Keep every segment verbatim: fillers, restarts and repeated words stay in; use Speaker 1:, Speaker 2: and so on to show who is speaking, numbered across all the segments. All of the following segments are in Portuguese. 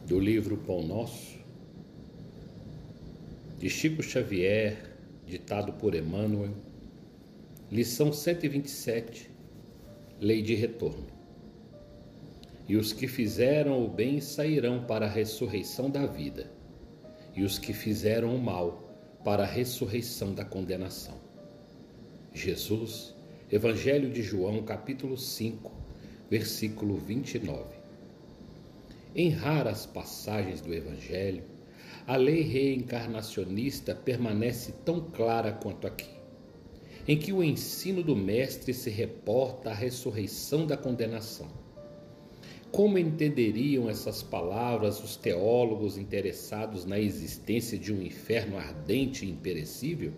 Speaker 1: do livro Pão Nosso, de Chico Xavier, ditado por Emmanuel, lição cento e vinte e sete, Lei de Retorno. E os que fizeram o bem sairão para a ressurreição da vida, e os que fizeram o mal para a ressurreição da condenação. Jesus, Evangelho de João, capítulo cinco, versículo vinte e nove. Em raras passagens do Evangelho, a lei reencarnacionista permanece tão clara quanto aqui, em que o ensino do Mestre se reporta à ressurreição da condenação. Como entenderiam essas palavras os teólogos interessados na existência de um inferno ardente e imperecível?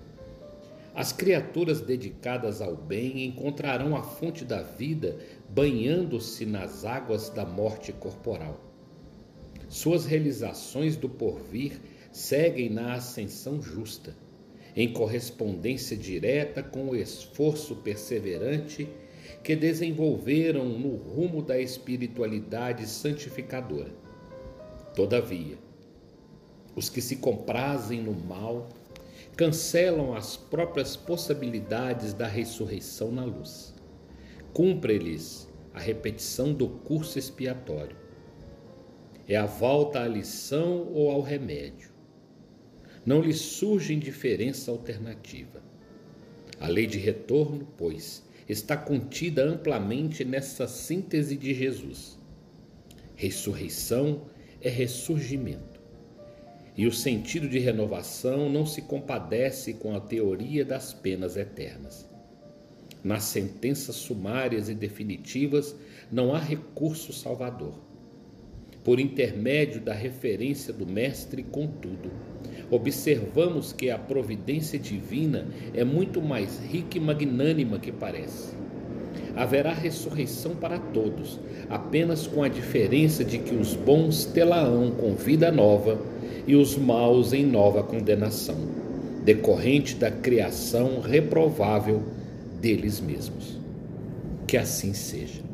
Speaker 1: As criaturas dedicadas ao bem encontrarão a fonte da vida banhando-se nas águas da morte corporal. Suas realizações do porvir seguem na ascensão justa, em correspondência direta com o esforço perseverante que desenvolveram no rumo da espiritualidade santificadora. Todavia, os que se comprazem no mal cancelam as próprias possibilidades da ressurreição na luz. Cumpre-lhes a repetição do curso expiatório. É a volta à lição ou ao remédio. Não lhes surge indiferença alternativa. A lei de retorno, pois, está contida amplamente nessa síntese de Jesus. Ressurreição é ressurgimento. E o sentido de renovação não se compadece com a teoria das penas eternas. Nas sentenças sumárias e definitivas não há recurso salvador. Por intermédio da referência do Mestre, contudo, observamos que a providência divina é muito mais rica e magnânima que parece. Haverá ressurreição para todos, apenas com a diferença de que os bons tê-la-ão com vida nova e os maus em nova condenação, decorrente da criação reprovável deles mesmos. Que assim seja.